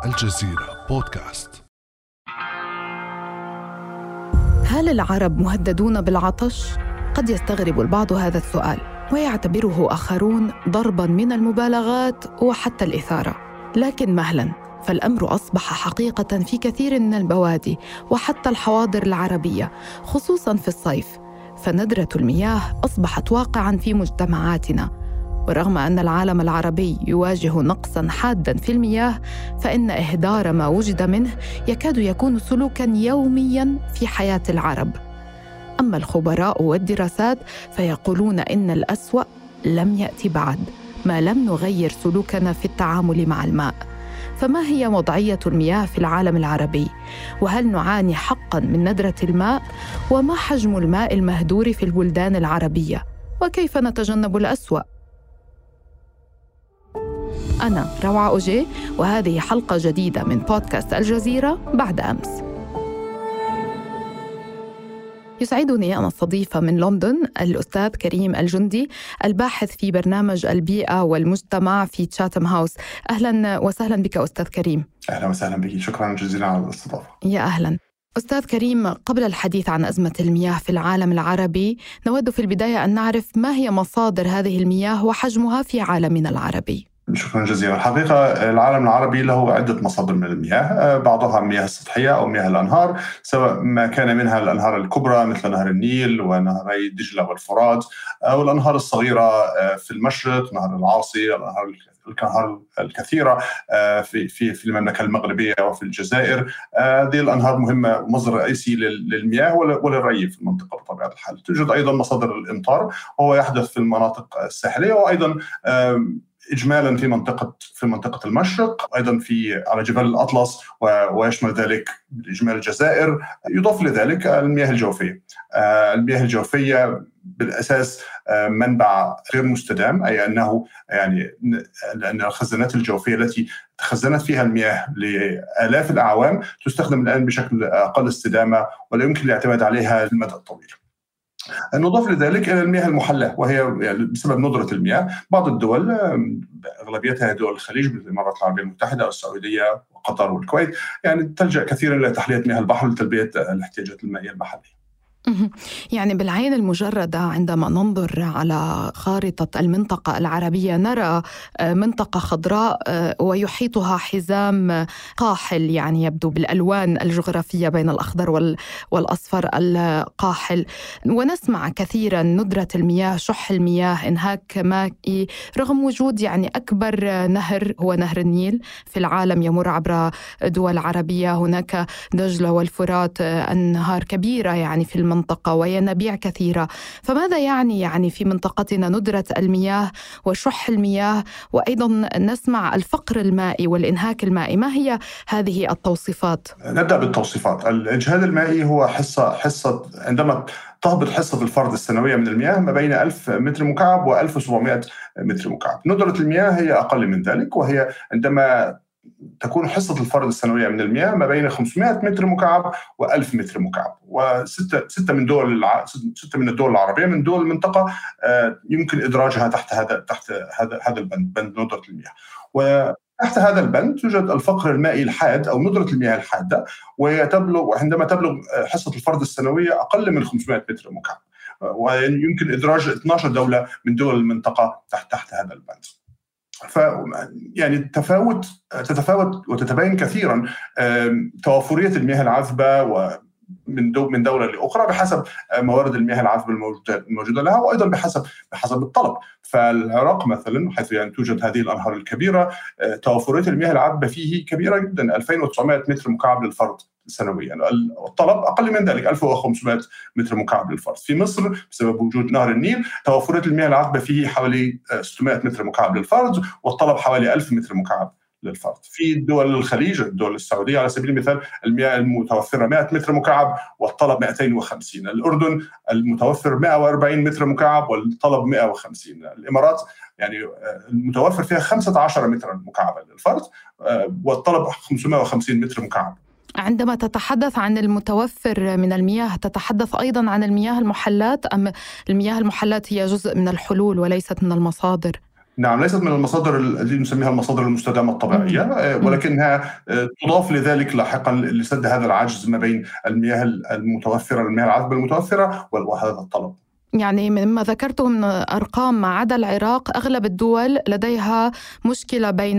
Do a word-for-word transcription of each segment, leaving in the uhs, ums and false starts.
الجزيرة بودكاست. هل العرب مهددون بالعطش؟ قد يستغرب البعض هذا السؤال ويعتبره آخرون ضرباً من المبالغات وحتى الإثارة، لكن مهلاً فالأمر أصبح حقيقة في كثير من البوادي وحتى الحواضر العربية، خصوصاً في الصيف، فندرة المياه أصبحت واقعاً في مجتمعاتنا. ورغم أن العالم العربي يواجه نقصاً حاداً في المياه، فإن إهدار ما وجد منه يكاد يكون سلوكاً يومياً في حياة العرب. أما الخبراء والدراسات فيقولون إن الأسوأ لم يأتي بعد ما لم نغير سلوكنا في التعامل مع الماء. فما هي وضعية المياه في العالم العربي؟ وهل نعاني حقاً من ندرة الماء؟ وما حجم الماء المهدور في البلدان العربية؟ وكيف نتجنب الأسوأ؟ أنا روعة أوجي، وهذه حلقة جديدة من بودكاست الجزيرة بعد أمس. يسعدني أن أستضيف من لندن الأستاذ كريم الجندي، الباحث في برنامج البيئة والمجتمع في تشاتم هاوس. أهلاً وسهلاً بك أستاذ كريم. أهلاً وسهلاً بك، شكراً جزيلاً على الاستضافة. يا أهلاً. أستاذ كريم، قبل الحديث عن أزمة المياه في العالم العربي، نود في البداية أن نعرف ما هي مصادر هذه المياه وحجمها في عالمنا العربي. شكرا جزيلا. الحقيقة العالم العربي له عدة مصادر من المياه، بعضها المياه السطحية أو مياه الأنهار، سواء ما كان منها الأنهار الكبرى مثل نهر النيل ونهري دجلة والفرات، أو الأنهار الصغيرة في المشرق، نهر العاصي، الأنهار الأنهار الكثيرة في في في المملكة المغربية وفي الجزائر. هذه الأنهار مهمة ومصدر رئيسي للمياه وللري في المنطقة بطبيعة الحال. توجد أيضا مصادر الإمطار، وهو يحدث في المناطق الساحلية، وأيضا إجمالاً في منطقة في منطقة المشرق، أيضاً في على جبال الأطلس، ويشمل ذلك بالإجمال الجزائر. يضاف لذلك المياه الجوفية. المياه الجوفية بالأساس منبع غير مستدام، أي أنه يعني لأن الخزانات الجوفية التي تخزنت فيها المياه لآلاف الأعوام تستخدم الآن بشكل أقل استدامة ولا يمكن الاعتماد عليها المدى الطويل. نضاف لذلك إلى المياه المحلاة، وهي يعني بسبب ندرة المياه بعض الدول، أغلبيتها دول الخليج مثل الإمارات العربية المتحدة والسعودية وقطر والكويت، يعني تلجأ كثيرا إلى تحلية مياه البحر لتلبية الاحتياجات المائية المحلية. يعني بالعين المجردة عندما ننظر على خارطة المنطقة العربية نرى منطقة خضراء ويحيطها حزام قاحل، يعني يبدو بالألوان الجغرافية بين الأخضر والأصفر القاحل، ونسمع كثيرا ندرة المياه، شح المياه، إنهاك مائي، رغم وجود يعني أكبر نهر هو نهر النيل في العالم يمر عبر دول عربية. هناك دجلة والفرات، أنهار كبيرة يعني في المنطقة منطقة وينابيع كثيرة. فماذا يعني يعني في منطقتنا ندرة المياه وشح المياه، وأيضا نسمع الفقر المائي والإنهاك المائي؟ ما هي هذه التوصيفات؟ نبدأ بالتوصيفات. الإجهاد المائي هو حصة حصة عندما تهبط حصة الفرد السنوية من المياه ما بين ألف متر مكعب وألف وسبعمائة متر مكعب. ندرة المياه هي أقل من ذلك، وهي عندما تكون حصة الفرد السنوية من المياه ما بين خمسمائة متر مكعب وألف متر مكعب. وستة ستة من دول الع... ستة من الدول العربية من دول المنطقة يمكن إدراجها تحت هذا تحت هذا هذا البند، بند ندرة المياه. وتحت هذا البند توجد الفقر المائي الحاد أو ندرة المياه الحادة، وتبلغ وعندما تبلغ حصة الفرد السنوية أقل من خمسمائة متر مكعب، ويمكن إدراج اثنتي عشرة دولة من دول المنطقة تحت تحت هذا البند. ف يعني تفاوت تتفاوت وتتبين كثيرا توافرية المياه العذبة ومن دو من دولة لأخرى بحسب موارد المياه العذبة الموجودة لها، وأيضا بحسب بحسب الطلب. فالعراق مثلا حيث يعني توجد هذه الأنهار الكبيرة، توافرية المياه العذبة فيه كبيرة جدا، ألفين وتسعمائة متر مكعب للفرد سنويا. الطلب أقل من ذلك، ألف وخمسمائة متر مكعب للفرد. في مصر بسبب وجود نهر النيل توافرية المياه العذبة فيه حوالي ستمائة متر مكعب للفرد، والطلب حوالي ألف متر مكعب للفرد. في دول الخليج، الدول السعودية على سبيل المثال، المياه المتوفرة مائة متر مكعب والطلب مئتين وخمسين. الأردن المتوفر مئة وأربعين متر مكعب والطلب مئة وخمسين. الإمارات يعني المتوفر فيها خمسة عشر متر مكعب للفرد والطلب خمسمائة وخمسين متر مكعب. عندما تتحدث عن المتوفر من المياه تتحدث أيضا عن المياه المحلات، أم المياه المحلات هي جزء من الحلول وليست من المصادر؟ نعم، ليست من المصادر التي نسميها المصادر المستدامة الطبيعية، ولكنها تضاف لذلك لاحقا لسد هذا العجز ما بين المياه المتوفرة المياه العذبة المتوفرة وهذا الطلب. يعني مما ذكرته من أرقام ما عدا العراق أغلب الدول لديها مشكلة بين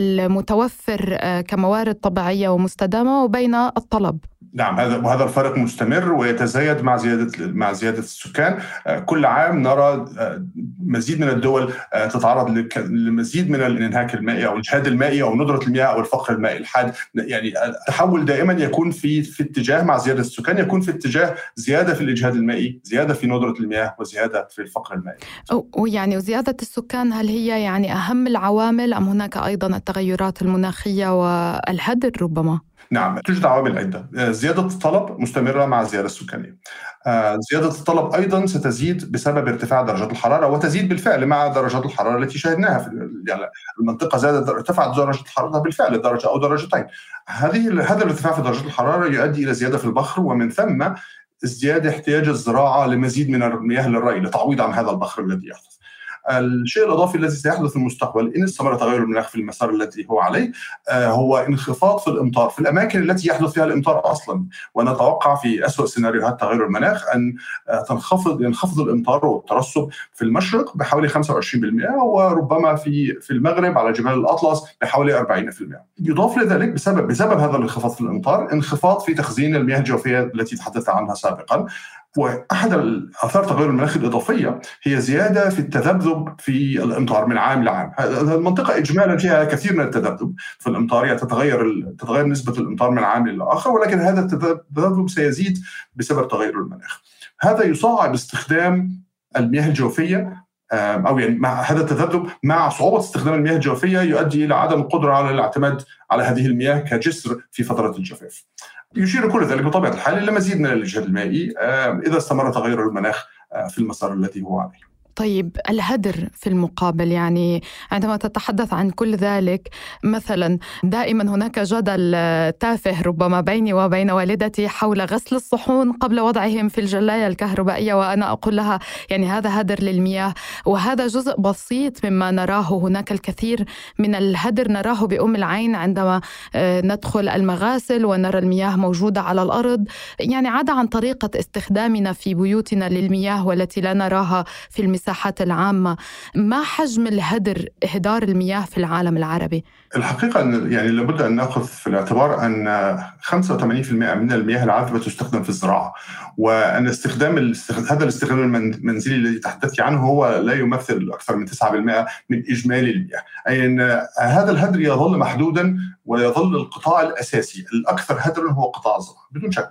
المتوفر كموارد طبيعية ومستدامة وبين الطلب. نعم، هذا وهذا الفرق مستمر ويتزايد مع زيادة مع زيادة السكان. كل عام نرى مزيد من الدول تتعرض لمزيد من الانهاك المائي أو الإجهاد المائي أو ندرة المياه أو الفقر المائي الحاد. يعني التحول دائما يكون في في اتجاه مع زيادة السكان يكون في اتجاه زيادة في الإجهاد المائي، زيادة في ندرة المياه وزيادة في الفقر المائي. ويعني وزيادة السكان هل هي يعني أهم العوامل أم هناك أيضا التغيرات المناخية والهدر ربما؟ نعم، توجد عوامل عدة. زيادة الطلب مستمرة مع الزيادة السكانية. زيادة الطلب أيضا ستزيد بسبب ارتفاع درجات الحرارة، وتزيد بالفعل مع درجات الحرارة التي شاهدناها في يعني المنطقة. زادت ارتفعت درجة الحرارة بالفعل درجة أو درجتين. هذه هذا الارتفاع في درجات الحرارة يؤدي إلى زيادة في البخر، ومن ثم ازدياد احتياج الزراعة لمزيد من المياه للري لتعويض عن هذا البخر الذي يحدث. الشيء الإضافي الذي سيحدث في المستقبل إن استمر تغير المناخ في المسار الذي هو عليه هو انخفاض في الإمطار في الأماكن التي يحدث فيها الإمطار أصلا. ونتوقع في أسوأ سيناريوهات تغير المناخ أن تنخفض ينخفض الإمطار والترسب في المشرق بحوالي خمسة وعشرين بالمئة، وربما في في المغرب على جبال الأطلس بحوالي أربعين بالمئة. يضاف لذلك بسبب بسبب هذا الانخفاض في الإمطار انخفاض في تخزين المياه الجوفية التي تحدثت عنها سابقا. وأحد الآثار تغير المناخ الإضافية هي زيادة في التذبذب في الأمطار من عام لعام. المنطقة إجمالا فيها كثير من التذبذب في الأمطار، يعني تتغير تتغير نسبة الأمطار من عام لآخر، ولكن هذا التذبذب سيزيد بسبب تغير المناخ. هذا يصعب استخدام المياه الجوفية، أو يعني مع هذا التذبذب مع صعوبة استخدام المياه الجوفية يؤدي إلى عدم القدرة على الاعتماد على هذه المياه كجسر في فترة الجفاف. يشير كل ذلك بطبيعة الحال إلى مزيد من الإجهاد المائي إذا استمر تغير المناخ في المسار الذي هو عليه. طيب الهدر في المقابل، يعني عندما تتحدث عن كل ذلك مثلا دائما هناك جدل تافه ربما بيني وبين والدتي حول غسل الصحون قبل وضعهم في الجلاية الكهربائية، وأنا أقول لها يعني هذا هدر للمياه، وهذا جزء بسيط مما نراه. هناك الكثير من الهدر نراه بأم العين عندما ندخل المغاسل ونرى المياه موجودة على الأرض، يعني عدا عن طريقة استخدامنا في بيوتنا للمياه والتي لا نراها في المساحات المساحات العامة. ما حجم الهدر إهدار المياه في العالم العربي؟ الحقيقة أن يعني لابد أن نأخذ في الاعتبار أن خمسة وثمانين بالمئة من المياه العذبة تستخدم في الزراعة، وأن استخدام هذا الاستخدام المنزلي الذي تحدثت عنه هو لا يمثل أكثر من تسعة بالمئة من إجمالي المياه، أي أن هذا الهدر يظل محدودا ويظل القطاع الأساسي الأكثر هدرا هو قطاع الزراعة بدون شك،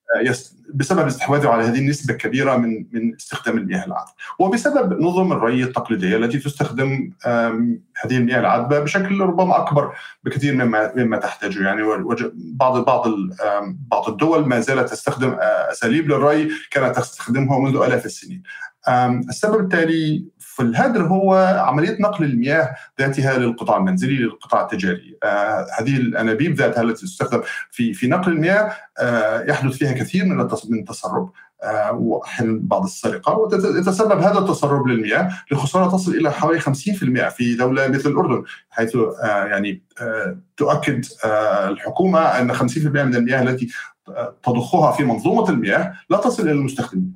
بسبب استحواذه على هذه النسبة الكبيرة من من استخدام المياه العذبة، وبسبب نظم الري التقليدية التي تستخدم هذه المياه العذبة بشكل ربما أكبر بكثير مما مما تحتاجه. يعني بعض بعض بعض الدول ما زالت تستخدم أساليب للري كانت تستخدمها منذ آلاف السنين. السبب التالي في الهدر هو عملية نقل المياه ذاتها للقطاع المنزلي للقطاع التجاري. آه هذه الأنابيب ذاتها التي تستخدم في في نقل المياه آه يحدث فيها كثير من التسرب آه وأحيانا بعض السرقة، ويتسبب هذا التسرب للمياه لخسارة تصل إلى حوالي خمسين بالمئة في دولة مثل الأردن، حيث آه يعني آه تؤكد آه الحكومة أن خمسين بالمئة من المياه التي تضخها في منظومة المياه لا تصل إلى المستخدمين.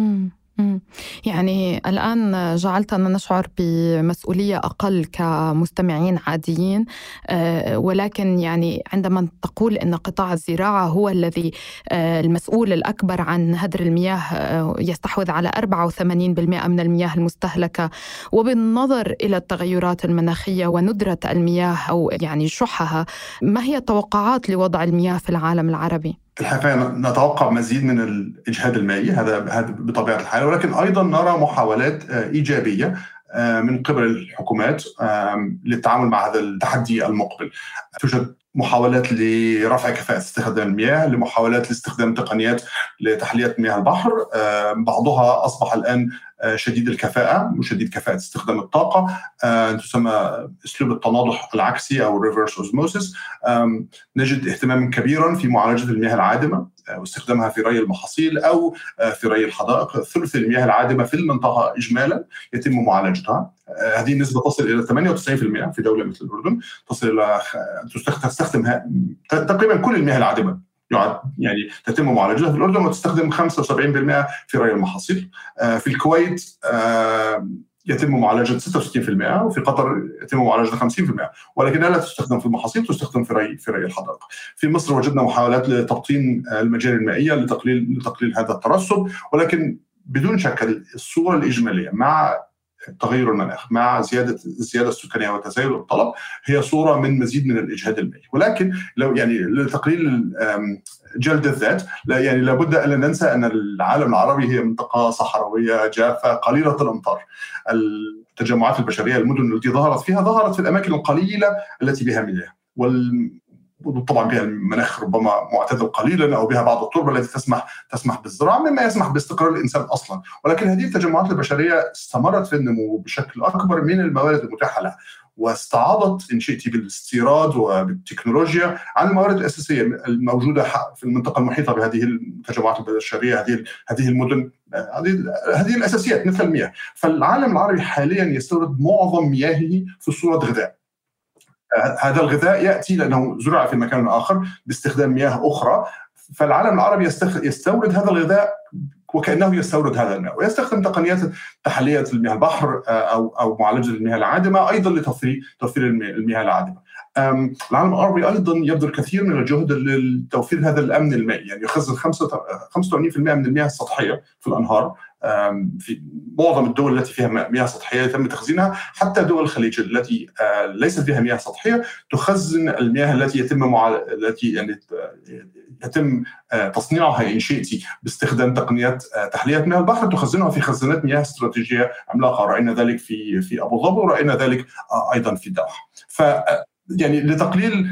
يعني الآن جعلتنا نشعر بمسؤولية أقل كمستمعين عاديين، ولكن يعني عندما تقول أن قطاع الزراعة هو الذي المسؤول الأكبر عن هدر المياه، يستحوذ على أربعة وثمانين بالمئة من المياه المستهلكة، وبالنظر إلى التغيرات المناخية وندرة المياه أو يعني شحها، ما هي التوقعات لوضع المياه في العالم العربي؟ الحقيقة نتوقع مزيد من الإجهاد المائي، هذا هذا بطبيعة الحال، ولكن أيضا نرى محاولات إيجابية من قبل الحكومات للتعامل مع هذا التحدي المقبل. توجد محاولات لرفع كفاءة استخدام المياه، لمحاولات لاستخدام تقنيات لتحلية مياه البحر. بعضها أصبح الآن شديد الكفاءة وشديد كفاءة استخدام الطاقة، تسمى أسلوب التناضح العكسي أو reverse osmosis. نجد اهتماما كبيرا في معالجة المياه العادمة واستخدامها في ري المحاصيل أو في ري الحدائق. ثلث المياه العادمة في المنطقة إجمالا يتم معالجتها. هذه النسبة تصل إلى ثمانية وتسعين بالمئة في دولة مثل الأردن، تصل إلى تستخدم تقريبا كل المياه العادمة يعني تتم معالجتها في الأردن، وتستخدم خمسة وسبعين بالمئة في ري المحاصيل. في الكويت يتم معالجة ستة وستين بالمئة، وفي قطر يتم معالجة خمسين بالمئة، ولكنها لا تستخدم في المحاصيل، تستخدم في ري في ري الحدائق. في مصر وجدنا محاولات لتبطين المجاري المائية لتقليل لتقليل هذا الترسب، ولكن بدون شك الصورة الإجمالية مع تغير المناخ مع زيادة الزيادة السكانية وتزايد الطلب هي صورة من مزيد من الإجهاد المائي. ولكن لو يعني لتقليل جلد الذات، لا يعني لابد أن ننسى أن العالم العربي هي منطقة صحراوية جافة قليلة الأمطار. التجمعات البشرية المدن التي ظهرت فيها ظهرت في الأماكن القليلة التي بها مياه، وال طبعا بها المناخ ربما معتدل قليلا او بها بعض التربه التي تسمح تسمح بالزراعه مما يسمح باستقرار الانسان اصلا. ولكن هذه التجمعات البشريه استمرت في النمو بشكل اكبر من الموارد المتاحه لها، واستعاضت ان شئت بالاستيراد وبالتكنولوجيا عن الموارد الاساسيه الموجوده في المنطقه المحيطه بهذه التجمعات البشريه، هذه هذه المدن، هذه هذه الاساسيات مثل المياه. فالعالم العربي حاليا يستورد معظم مياهه في صوره غذاء. هذا الغذاء يأتي لأنه زرع في مكان آخر باستخدام مياه أخرى، فالعالم العربي يستورد هذا الغذاء وكأنه يستورد هذا الماء، ويستخدم تقنيات تحلية المياه البحر أو أو معالجة المياه العادمة أيضا لتوفير توفير المياه العادمة. العالم العربي أيضا يبذل الكثير من الجهد لتوفير هذا الأمن المائي، يعني يخزن خمسة وثمانين بالمئة من المياه السطحية في الأنهار. في معظم الدول التي فيها مياه سطحية يتم تخزينها، حتى دول الخليج التي ليست فيها مياه سطحية تخزن المياه التي يتم مع التي يعني يتم تصنيعها إن شئتي باستخدام تقنيات تحلية مياه البحر، تخزنها في خزانات مياه استراتيجية عملاقة. رأينا ذلك في في أبو ظبي، ورأينا ذلك أيضا في الدوحة. ف يعني لتقليل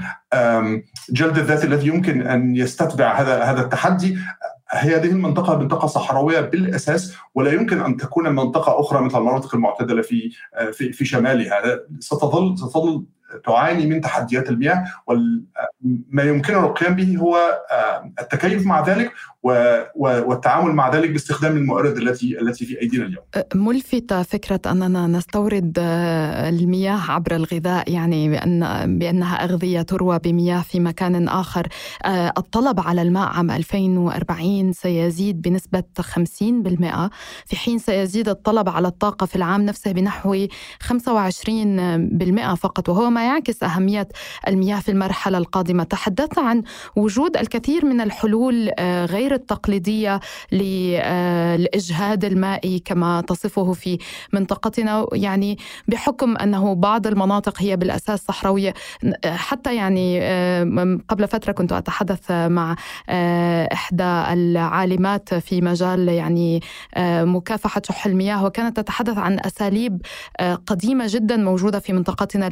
جلد الذات الذي يمكن أن يستتبع هذا هذا التحدي، هذه المنطقة منطقة صحراوية بالأساس، ولا يمكن أن تكون منطقة أخرى مثل المناطق المعتدلة في في في شمالها. ستظل ستظل تعاني من تحديات المياه، وما يمكننا القيام به هو التكيف مع ذلك والتعامل مع ذلك باستخدام الموارد التي التي في أيدينا اليوم. ملفتة فكرة أننا نستورد المياه عبر الغذاء، يعني بأن بأنها أغذية تروى بمياه في مكان آخر. الطلب على الماء عام ألفين وأربعين سيزيد بنسبة خمسين بالمئة، في حين سيزيد الطلب على الطاقة في العام نفسه بنحو خمسة وعشرين بالمئة فقط، وهو ما يعكس أهمية المياه في المرحلة القادمة. تحدثت عن وجود الكثير من الحلول غير التقليدية للإجهاد المائي كما تصفه في منطقتنا، يعني بحكم أنه بعض المناطق هي بالأساس صحراوية. حتى يعني قبل فترة كنت أتحدث مع إحدى العالمات في مجال يعني مكافحة شح المياه، وكانت تتحدث عن أساليب قديمة جدا موجودة في منطقتنا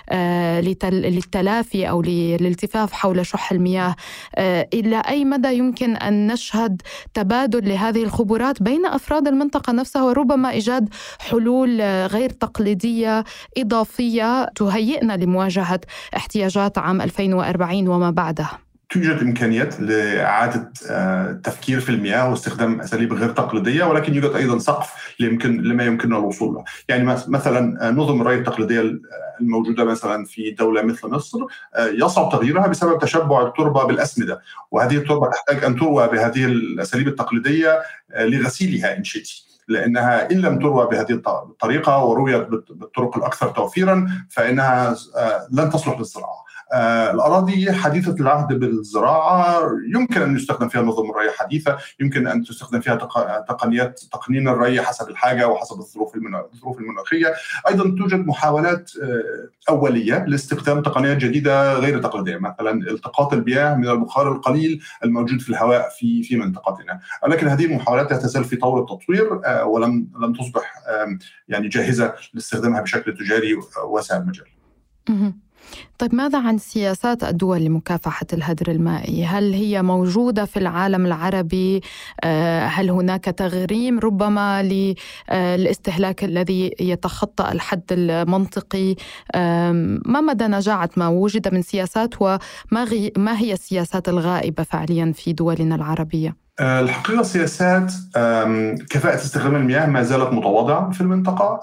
للتلافي أو للالتفاف حول شح المياه. إلى أي مدى يمكن أن نشهد تبادل لهذه الخبرات بين أفراد المنطقة نفسها، وربما إيجاد حلول غير تقليدية إضافية تهيئنا لمواجهة احتياجات عام ألفين وأربعين وما بعدها؟ توجد إمكانيات لإعادة التفكير في المياه واستخدام أساليب غير تقليدية، ولكن يوجد أيضا سقف يمكن لما يمكننا الوصول له. يعني مثلا نظم الري التقليدية الموجودة مثلا في دولة مثل مصر يصعب تغييرها بسبب تشبع التربة بالأسمدة، وهذه التربة تحتاج أن تروى بهذه الأساليب التقليدية لغسيلها إن شئت، لأنها إن لم تروى بهذه الطريقة ورويت بالطرق الأكثر توفيرا فإنها لن تصلح للزراعة. الأراضي حديثة العهد بالزراعة يمكن أن يستخدم فيها نظم الري حديثة، يمكن أن تستخدم فيها تقنيات تقنين الري حسب الحاجة وحسب الظروف الظروف المناخية. أيضا توجد محاولات أولية لاستخدام تقنيات جديدة غير تقليدية، مثلا التقاط المياه من البخار القليل الموجود في الهواء في في منطقتنا، ولكن هذه المحاولات لا تزال في طور التطوير ولم لم تصبح يعني جاهزة لاستخدامها بشكل تجاري واسع المجال. طيب ماذا عن سياسات الدول لمكافحة الهدر المائي؟ هل هي موجودة في العالم العربي؟ هل هناك تغريم ربما للاستهلاك الذي يتخطى الحد المنطقي؟ ما مدى نجاعة ما وجد من سياسات وما هي السياسات الغائبة فعليا في دولنا العربية؟ الحقيقة سياسات كفاءة استخدام المياه ما زالت متواضعة في المنطقة.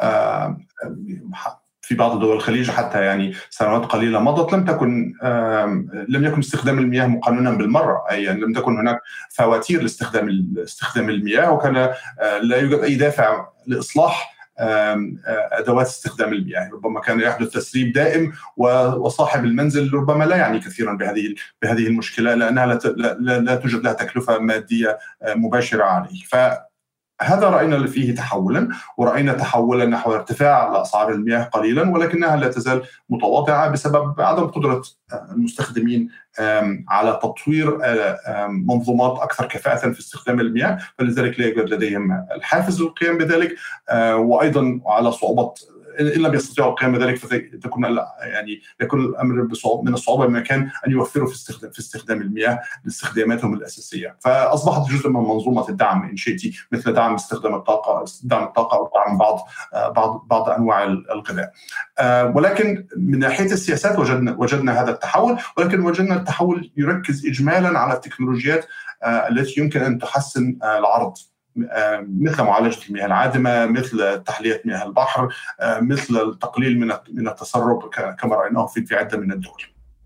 في بعض دول الخليج حتى يعني سنوات قليلة مضت لم تكن لم يكن استخدام المياه مقننا بالمرة، أي يعني لم تكن هناك فواتير لاستخدام استخدام المياه، وكان لا يوجد أي دافع لإصلاح أدوات استخدام المياه. ربما كان يحدث تسريب دائم، وصاحب المنزل ربما لا يعني كثيرا بهذه بهذه المشكلة لأنها لا, لا, لا توجد لها تكلفة مادية مباشرة عليه. ف هذا رأينا فيه تحولا، ورأينا تحولا نحو ارتفاع أسعار المياه قليلا، ولكنها لا تزال متواضعة بسبب عدم قدرة المستخدمين على تطوير منظومات أكثر كفاءة في استخدام المياه، فلذلك لا يوجد لديهم الحافز للقيام بذلك، وأيضا على صعوبة إن لم يستطيعوا القيام بذلك فتكون يعني يكون الأمر من الصعوبة بمكان أن يوفروا في استخدام في استخدام المياه لاستخداماتهم الأساسية. فأصبحت جزء من منظومة الدعم إن شئتي، مثل دعم استخدام الطاقة، دعم الطاقة أو دعم بعض بعض بعض أنواع الغذاء. ولكن من ناحية السياسات وجدنا وجدنا هذا التحول، ولكن وجدنا التحول يركز إجمالا على التكنولوجيات التي يمكن أن تحسن العرض، مثل معالجة المياه العادمة، مثل تحلية مياه البحر، مثل التقليل من من التسرب كما رأيناه في عدة من الدول.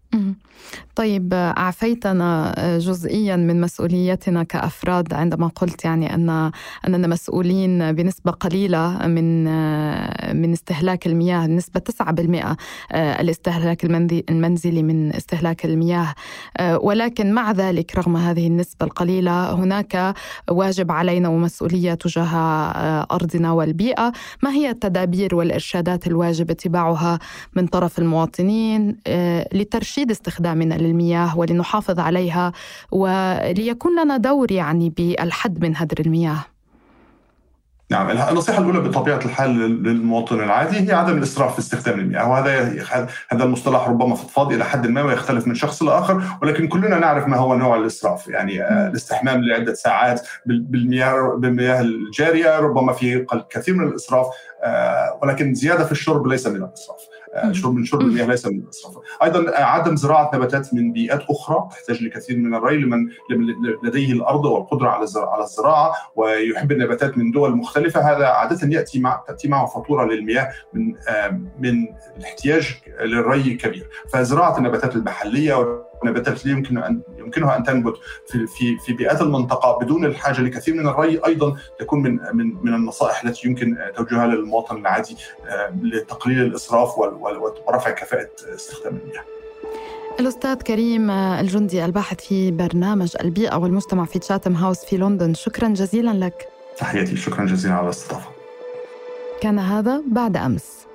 طيب أعفيتنا جزئيا من مسؤوليتنا كأفراد عندما قلت يعني أن أننا مسؤولين بنسبة قليلة من من استهلاك المياه، نسبة تسعة بالمئة الاستهلاك المنزلي من استهلاك المياه، ولكن مع ذلك رغم هذه النسبة القليلة هناك واجب علينا ومسؤولية تجاه أرضنا والبيئة. ما هي التدابير والإرشادات الواجب اتباعها من طرف المواطنين لترشيد استخدامنا للمياه ولنحافظ عليها وليكون لنا دور يعني بالحد من هدر المياه؟ نعم، النصيحة الأولى بطبيعة الحال للمواطن العادي هي عدم الإسراف في استخدام المياه، وهذا هذا المصطلح ربما فضفاض إلى حد ما ويختلف من شخص لآخر، ولكن كلنا نعرف ما هو نوع الإسراف. يعني م. الاستحمام لعدة ساعات بالمياه بالمياه الجارية ربما فيه كثير من الإسراف، ولكن زيادة في الشرب ليس من الإسراف. شرب من شرب المياه ليس من الإسراف. أيضا عدم زراعة نباتات من بيئات أخرى تحتاج لكثير من الري لمن لديه الأرض والقدرة على على الزراعة ويحب النباتات من دول مختلفة، هذا عادة يأتي مع تأتي معه فاتورة للمياه من من الاحتياج للري كبير. فزراعة النباتات المحلية والنباتات اللي يمكن أن يمكنها أن تنبت في في في بيئات المنطقة بدون الحاجة لكثير من الري أيضا تكون من من من النصائح التي يمكن توجيهها للمواطن العادي لتقليل الإسراف ورفع كفاءة استخدام المياه. الأستاذ كريم الجندي الباحث في برنامج البيئة والمجتمع في تشاتم هاوس في لندن، شكرا جزيلا لك. تحياتي، شكرا جزيلا على الاستضافة. كان هذا بعد أمس.